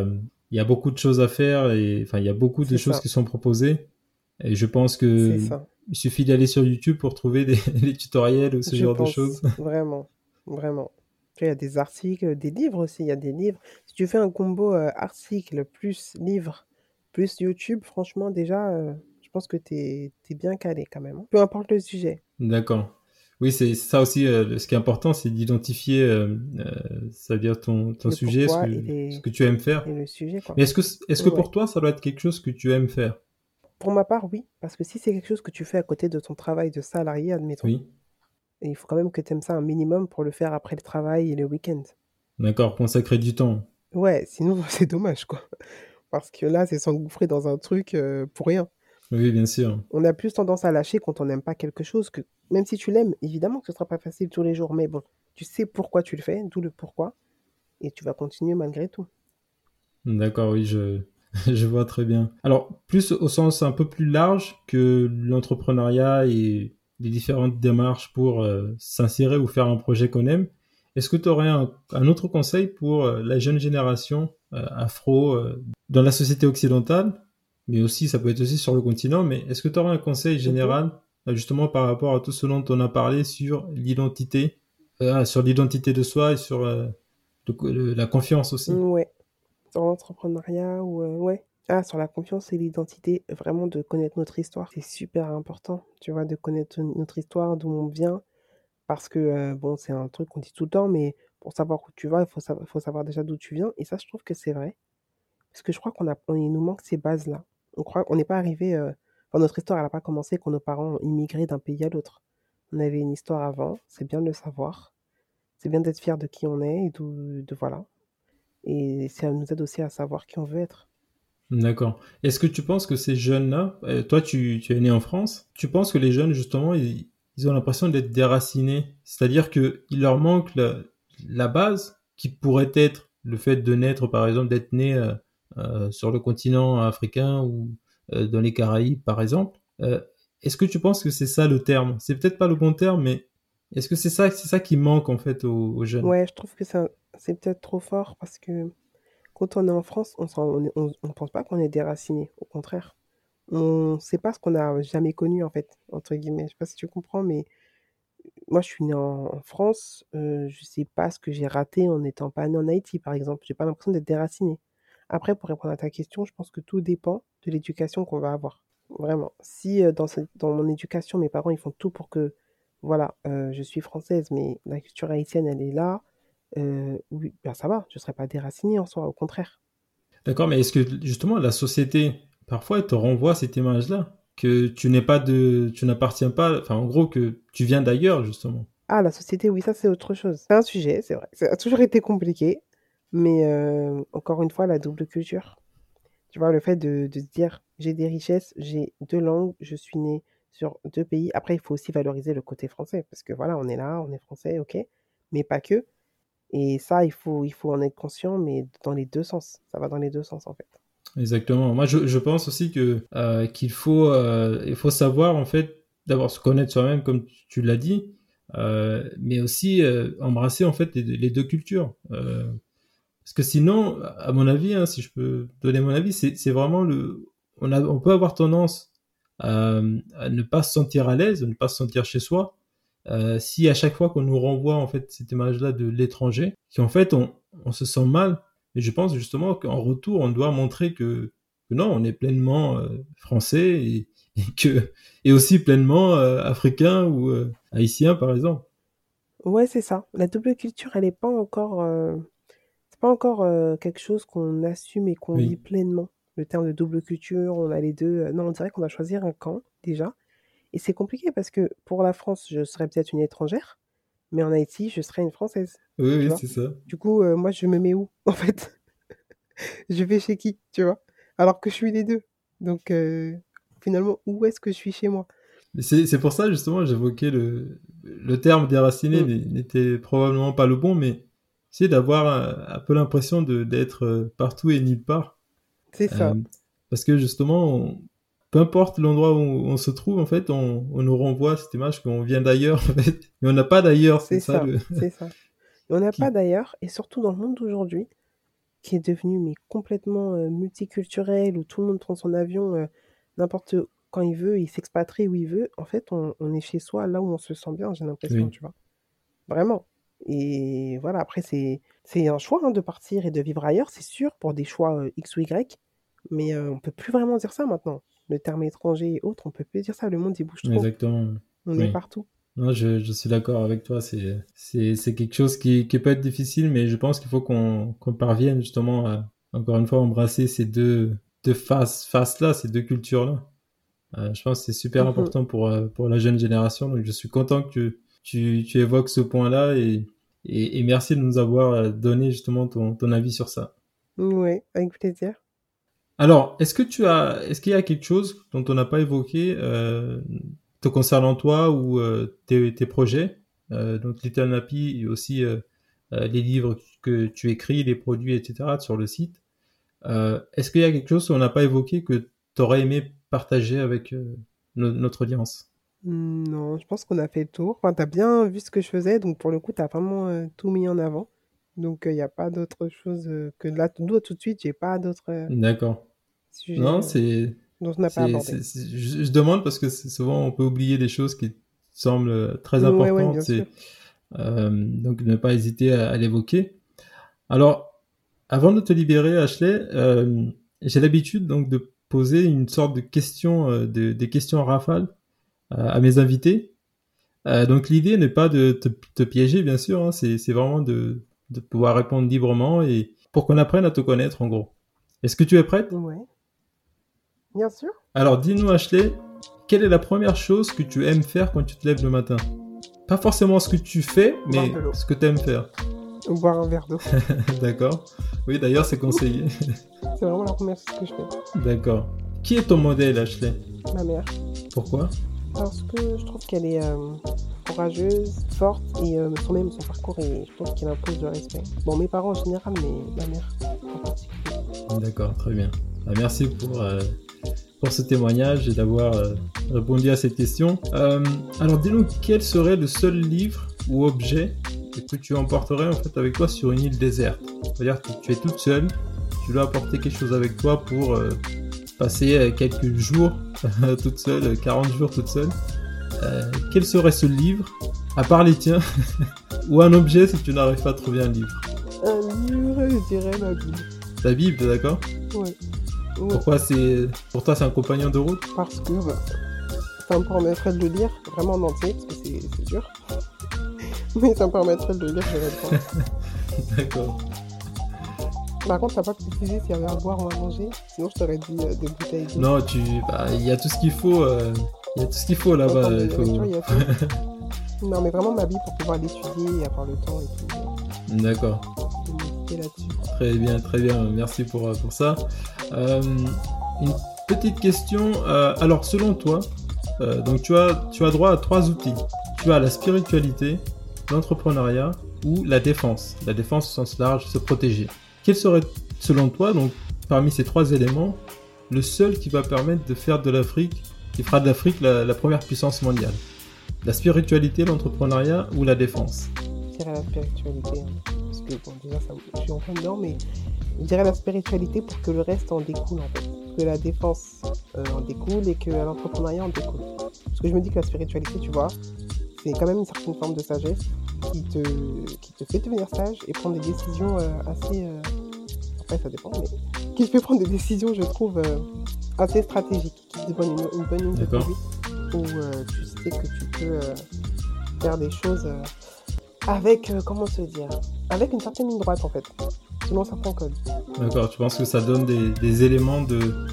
il y a beaucoup de choses à faire et enfin, il y a beaucoup de C'est choses ça, qui sont proposées. Et je pense c'est que ça. il suffit d'aller sur YouTube pour trouver des tutoriels ou ce Je genre de choses. pense, vraiment, vraiment. Tu vois, il y a des articles, des livres aussi, il y a des livres. Si tu fais un combo article plus livre plus YouTube, franchement, déjà, je pense que t'es bien calé quand même, hein. Peu importe le sujet, D'accord. Oui, c'est ça aussi. Ce qui est important, c'est d'identifier, c'est-à-dire ton le sujet, pourquoi ce que tu aimes faire. et le sujet, quoi. Mais est-ce que Ouais. pour toi, ça doit être quelque chose que tu aimes faire? Pour ma part, oui, parce que si c'est quelque chose que tu fais à côté de ton travail de salarié, admettons, Oui. il faut quand même que tu aimes ça un minimum pour le faire après le travail et le week-end. D'accord, consacrer du temps. Ouais, sinon c'est dommage, quoi. Parce que là, c'est s'engouffrer dans un truc pour rien. Oui, bien sûr. On a plus tendance à lâcher quand on n'aime pas quelque chose que, même si tu l'aimes, évidemment que ce sera pas facile tous les jours, mais bon, tu sais pourquoi tu le fais, d'où le pourquoi, et tu vas continuer malgré tout. D'accord, oui, je vois très bien. Alors, plus au sens un peu plus large que l'entrepreneuriat et les différentes démarches pour s'insérer ou faire un projet qu'on aime, est-ce que tu aurais un autre conseil pour la jeune génération afro dans la société occidentale, mais aussi, ça peut être aussi sur le continent, mais est-ce que tu aurais un conseil Mhm. général justement par rapport à tout ce dont on a parlé sur l'identité de soi et sur la confiance aussi? Ouais, sur l'entrepreneuriat ou ouais. Ah, sur la confiance et l'identité, vraiment de connaître notre histoire, c'est super important, tu vois, de connaître notre histoire, d'où on vient, Parce que, bon, c'est un truc qu'on dit tout le temps, mais pour savoir où tu vas, faut savoir déjà d'où tu viens. Et ça, je trouve que c'est vrai. Parce que je crois il nous manque ces bases-là. On n'est pas arrivé, enfin, notre histoire, elle n'a pas commencé quand nos parents ont immigré d'un pays à l'autre. On avait une histoire avant, c'est bien de le savoir. C'est bien d'être fier de qui on est et voilà. Et ça nous aide aussi à savoir qui on veut être. D'accord. Est-ce que tu penses que ces jeunes-là, toi tu es né en France, tu penses que les jeunes justement ils ont l'impression d'être déracinés, c'est-à-dire que il leur manque la base qui pourrait être le fait de naître par exemple d'être né sur le continent africain ou dans les Caraïbes par exemple. Est-ce que tu penses que c'est ça le terme? C'est peut-être pas le bon terme, mais est-ce que c'est ça qui manque en fait aux jeunes? Ouais, je trouve que c'est peut-être trop fort parce que quand on est en France, on pense pas qu'on est déraciné. Au contraire. On sait pas ce qu'on a jamais connu, en fait, entre guillemets. Je sais pas si tu comprends, mais moi, je suis née en France. Je sais pas ce que j'ai raté en n'étant pas née en Haïti, par exemple. J'ai pas l'impression d'être déracinée. Après, pour répondre à ta question, je pense que tout dépend de l'éducation qu'on va avoir. Vraiment. Si dans mon éducation, mes parents, ils font tout pour que, voilà, je suis française, mais la culture haïtienne, elle est là, oui, ben ça va, je serais pas déracinée en soi, au contraire. D'accord, mais est-ce que justement la société, parfois, elle te renvoie cette image-là, que tu n'appartiens pas, enfin, en gros, que tu viens d'ailleurs, justement. Ah, la société, oui, ça c'est autre chose. C'est un sujet, c'est vrai. Ça a toujours été compliqué, mais encore une fois, la double culture. Tu vois, le fait de se dire, j'ai des richesses, j'ai deux langues, je suis né sur deux pays. Après, il faut aussi valoriser le côté français, parce que voilà, on est là, on est français, ok, mais pas que. Et ça, il faut en être conscient, mais dans les deux sens. Ça va dans les deux sens, en fait. Exactement. Moi, je pense aussi que il faut savoir, en fait, d'abord se connaître soi-même, comme tu l'as dit, mais aussi embrasser, en fait, les deux cultures. Parce que sinon, à mon avis, hein, si je peux donner mon avis, c'est vraiment on peut avoir tendance à ne pas se sentir à l'aise, à ne pas se sentir chez soi, si à chaque fois qu'on nous renvoie en fait cette image-là de l'étranger, qu'en fait on se sent mal. Et je pense justement qu'en retour, on doit montrer que non, on est pleinement français et aussi pleinement africain ou haïtien par exemple. Ouais, c'est ça. La double culture, elle n'est pas encore, c'est pas encore quelque chose qu'on assume et qu'on vit Oui, pleinement. Le terme de double culture, on a les deux. Non, on dirait qu'on doit choisir un camp déjà. Et c'est compliqué parce que pour la France, je serais peut-être une étrangère, mais en Haïti, je serais une Française. oui, Tu oui, vois? c'est ça. Du coup, moi, je me mets où, en fait? Je vais chez qui, tu vois? Alors que je suis les deux. Donc, finalement, où est-ce que je suis chez moi? Mais c'est pour ça justement j'évoquais le terme déraciné Mm, n'était probablement pas le bon, mais c'est d'avoir un peu l'impression d'être partout et nulle part. c'est Euh, ça, Parce que justement, peu importe l'endroit où on se trouve, en fait, on nous renvoie cette image qu'on vient d'ailleurs, en fait. Mais on n'a pas d'ailleurs, c'est c'est ça ça, le c'est ça. Et on n'a pas qui. d'ailleurs, et surtout dans le monde d'aujourd'hui, qui est devenu mais complètement multiculturel, où tout le monde prend son avion n'importe quand il veut, il s'expatrie où il veut. En fait, on est chez soi, là où on se sent bien, j'ai l'impression, Oui, tu vois. Vraiment. Et voilà, après, c'est un choix hein, de partir et de vivre ailleurs, c'est sûr, pour des choix X ou Y. Mais on peut plus vraiment dire ça maintenant. Le terme étranger et autres, on peut plus dire ça. Le monde, il bouge trop. exactement. On est Oui. partout. Non, je suis d'accord avec toi. C'est quelque chose qui peut être difficile, mais je pense qu'il faut qu'on parvienne justement à, encore une fois, embrasser ces deux faces-là, ces deux cultures-là. Je pense que c'est super Mhm. important pour la jeune génération. Donc, je suis content que tu évoques ce point-là et merci de nous avoir donné justement ton avis sur ça. Ouais, avec plaisir. Alors, est-ce qu'il y a quelque chose dont on n'a pas évoqué te concernant toi ou tes projets, donc Little Nappy et aussi les livres que tu écris, les produits, etc. sur le site. Est-ce qu'il y a quelque chose qu'on n'a pas évoqué que tu aurais aimé partager avec notre audience? Non, je pense qu'on a fait le tour. Enfin, t'as bien vu ce que je faisais, donc pour le coup, t'as vraiment tout mis en avant. Donc, il n'y a pas d'autre chose que là, tout de suite, j'ai pas d'autres D'accord. sujets Non, dont on n'a pas abordé. je demande parce que souvent on peut oublier des choses qui semblent très Ouais, ouais, importantes, bien sûr. donc ne pas hésiter à l'évoquer. Alors, avant de te libérer, Ashley, j'ai l'habitude donc de poser une sorte de questions, des questions en rafale à mes invités. Donc l'idée n'est pas de te piéger, bien sûr, hein, c'est vraiment de pouvoir répondre librement et pour qu'on apprenne à te connaître, en gros. Est-ce que tu es prête? Ouais, bien sûr. Alors dis-nous, Ashley, quelle est la première chose que tu aimes faire quand tu te lèves le matin? Pas forcément ce que tu fais, mais Boire de l'eau. ce que tu aimes faire. Boire un verre d'eau. D'accord. Oui, d'ailleurs, c'est conseillé. C'est vraiment la première chose que je fais. D'accord. Qui est ton modèle, Ashley? Ma mère. Pourquoi? Parce que je trouve qu'elle est courageuse, forte et son parcours, et je pense qu'il impose le respect. Bon, mes parents en général, mais ma mère en particulier. D'accord, très bien. Merci pour ce témoignage et d'avoir répondu à cette question. Alors, dis-nous, quel serait le seul livre ou objet que tu emporterais en fait avec toi sur une île déserte? C'est-à-dire que tu es toute seule, tu dois apporter quelque chose avec toi pour passer quelques jours toute seule, 40 jours toute seule. Quel serait ce livre, à part les tiens, ou un objet si tu n'arrives pas à trouver un livre? Un livre, je dirais ma Bible. Ta Bible, d'accord? Ouais. Pourquoi pour toi c'est un compagnon de route? Parce que ça me permettrait de le lire vraiment en entier, parce que c'est dur. Mais ça me permettrait de le lire, j'aurais le temps. D'accord. Par contre, t'as pas précisé s'il y avait à boire ou à manger, sinon je t'aurais dit des bouteilles d'eau. Non, il y a tout ce qu'il faut. Il y a tout ce qu'il faut là-bas. En termes de lecture, il y a tout. Non, mais vraiment ma Bible pour pouvoir l'étudier et avoir le temps et tout. D'accord. De méditer là-dessus. Très bien, très bien. Merci pour ça. Une petite question. Alors, selon toi, donc tu as droit à 3 outils. Tu as la spiritualité, l'entrepreneuriat ou la défense. La défense au sens large, se protéger. Quel serait, selon toi, donc parmi ces 3 éléments, le seul qui va permettre de faire de l'Afrique, qui fera de l'Afrique la première puissance mondiale? La spiritualité, l'entrepreneuriat ou la défense? Je dirais la spiritualité, hein. Parce que bon, déjà je suis en plein dedans, mais je dirais la spiritualité pour que le reste en découle en fait. Que la défense en découle et que l'entrepreneuriat en découle. Parce que je me dis que la spiritualité, tu vois, c'est quand même une certaine forme de sagesse qui te fait devenir sage et prendre des décisions assez... Après, ça dépend, mais qui te fait prendre des décisions, je trouve, assez stratégiques, qui te donne une bonne ligne de conduite où tu sais que tu peux faire des choses avec, comment se dire, avec une certaine ligne droite en fait, selon certains codes. D'accord, tu penses que ça donne des éléments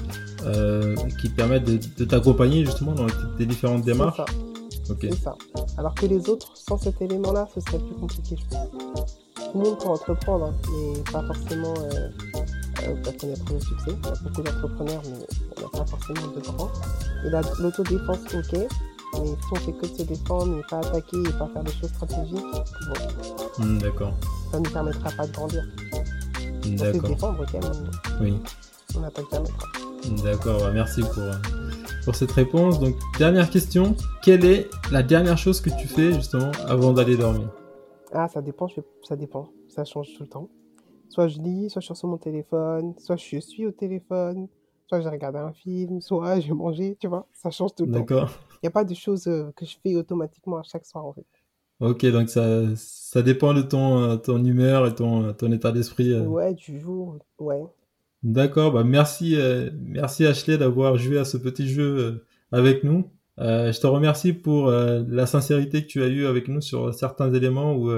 qui permettent de t'accompagner justement dans tes différentes démarches? C'est ça. Okay. C'est ça. Alors que les autres, sans cet élément-là, ce serait plus compliqué, je pense. Tout le monde peut entreprendre, hein, mais pas forcément connaître le succès. Il y a beaucoup d'entrepreneurs, mais il n'y en a pas forcément de grands. Et l'autodéfense, ok, mais si on fait que de se défendre, et pas attaquer, et pas faire des choses stratégiques, bon, d'accord. Ça ne nous permettra pas de grandir. On sait se défendre, ok, mais oui. On n'attaque jamais. D'accord, merci pour cette réponse. Donc, dernière question, quelle est la dernière chose que tu fais justement avant d'aller dormir? Ah, ça dépend, ça change tout le temps. Soit je lis, soit je suis sur mon téléphone, soit je suis au téléphone, soit je regarde un film, soit je vais manger, tu vois, ça change tout le temps. D'accord. Il n'y a pas de choses que je fais automatiquement à chaque soir en fait. Ok, donc ça dépend de ton humeur et ton état d'esprit. Ouais, du jour, ouais. D'accord, bah merci Ashley d'avoir joué à ce petit jeu avec nous. Je te remercie pour la sincérité que tu as eue avec nous sur certains éléments où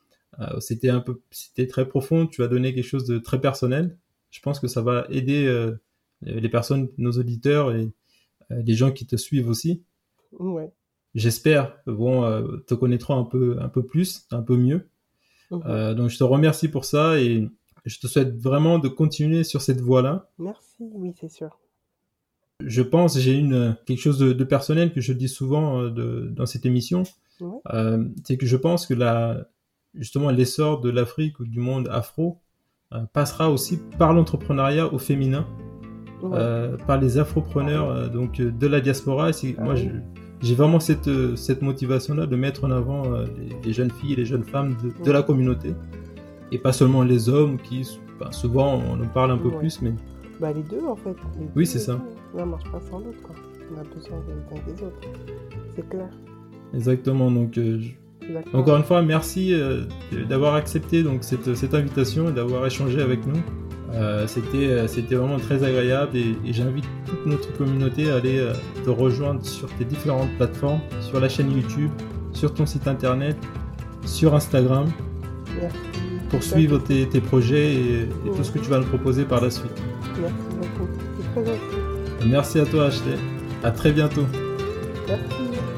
c'était très profond. Tu as donné quelque chose de très personnel. Je pense que ça va aider les personnes, nos auditeurs et les gens qui te suivent aussi. Ouais. J'espère te connaîtront un peu plus, un peu mieux. Donc je te remercie pour ça et je te souhaite vraiment de continuer sur cette voie-là. Merci, oui, c'est sûr. Je pense, j'ai quelque chose de personnel que je dis souvent dans cette émission. Ouais. C'est que je pense que justement l'essor de l'Afrique ou du monde afro passera aussi par l'entrepreneuriat au féminin, par les afropreneurs donc de la diaspora. Moi, j'ai vraiment cette motivation-là de mettre en avant les jeunes filles et les jeunes femmes de la communauté. Et pas seulement les hommes qui, souvent on en parle un peu plus, mais... Bah les deux en fait. Oui, c'est ça. On ne marche pas sans l'autre, quoi. On a besoin des uns et des autres. C'est clair. Exactement, donc encore une fois, merci d'avoir accepté donc, cette invitation et d'avoir échangé avec nous. C'était vraiment très agréable et j'invite toute notre communauté à aller te rejoindre sur tes différentes plateformes, sur la chaîne YouTube, sur ton site internet, sur Instagram, Merci. pour suivre tes projets et tout ce que tu vas nous proposer par la suite. Merci beaucoup. C'est très gentil. Merci à toi, Ashley. À très bientôt. Merci.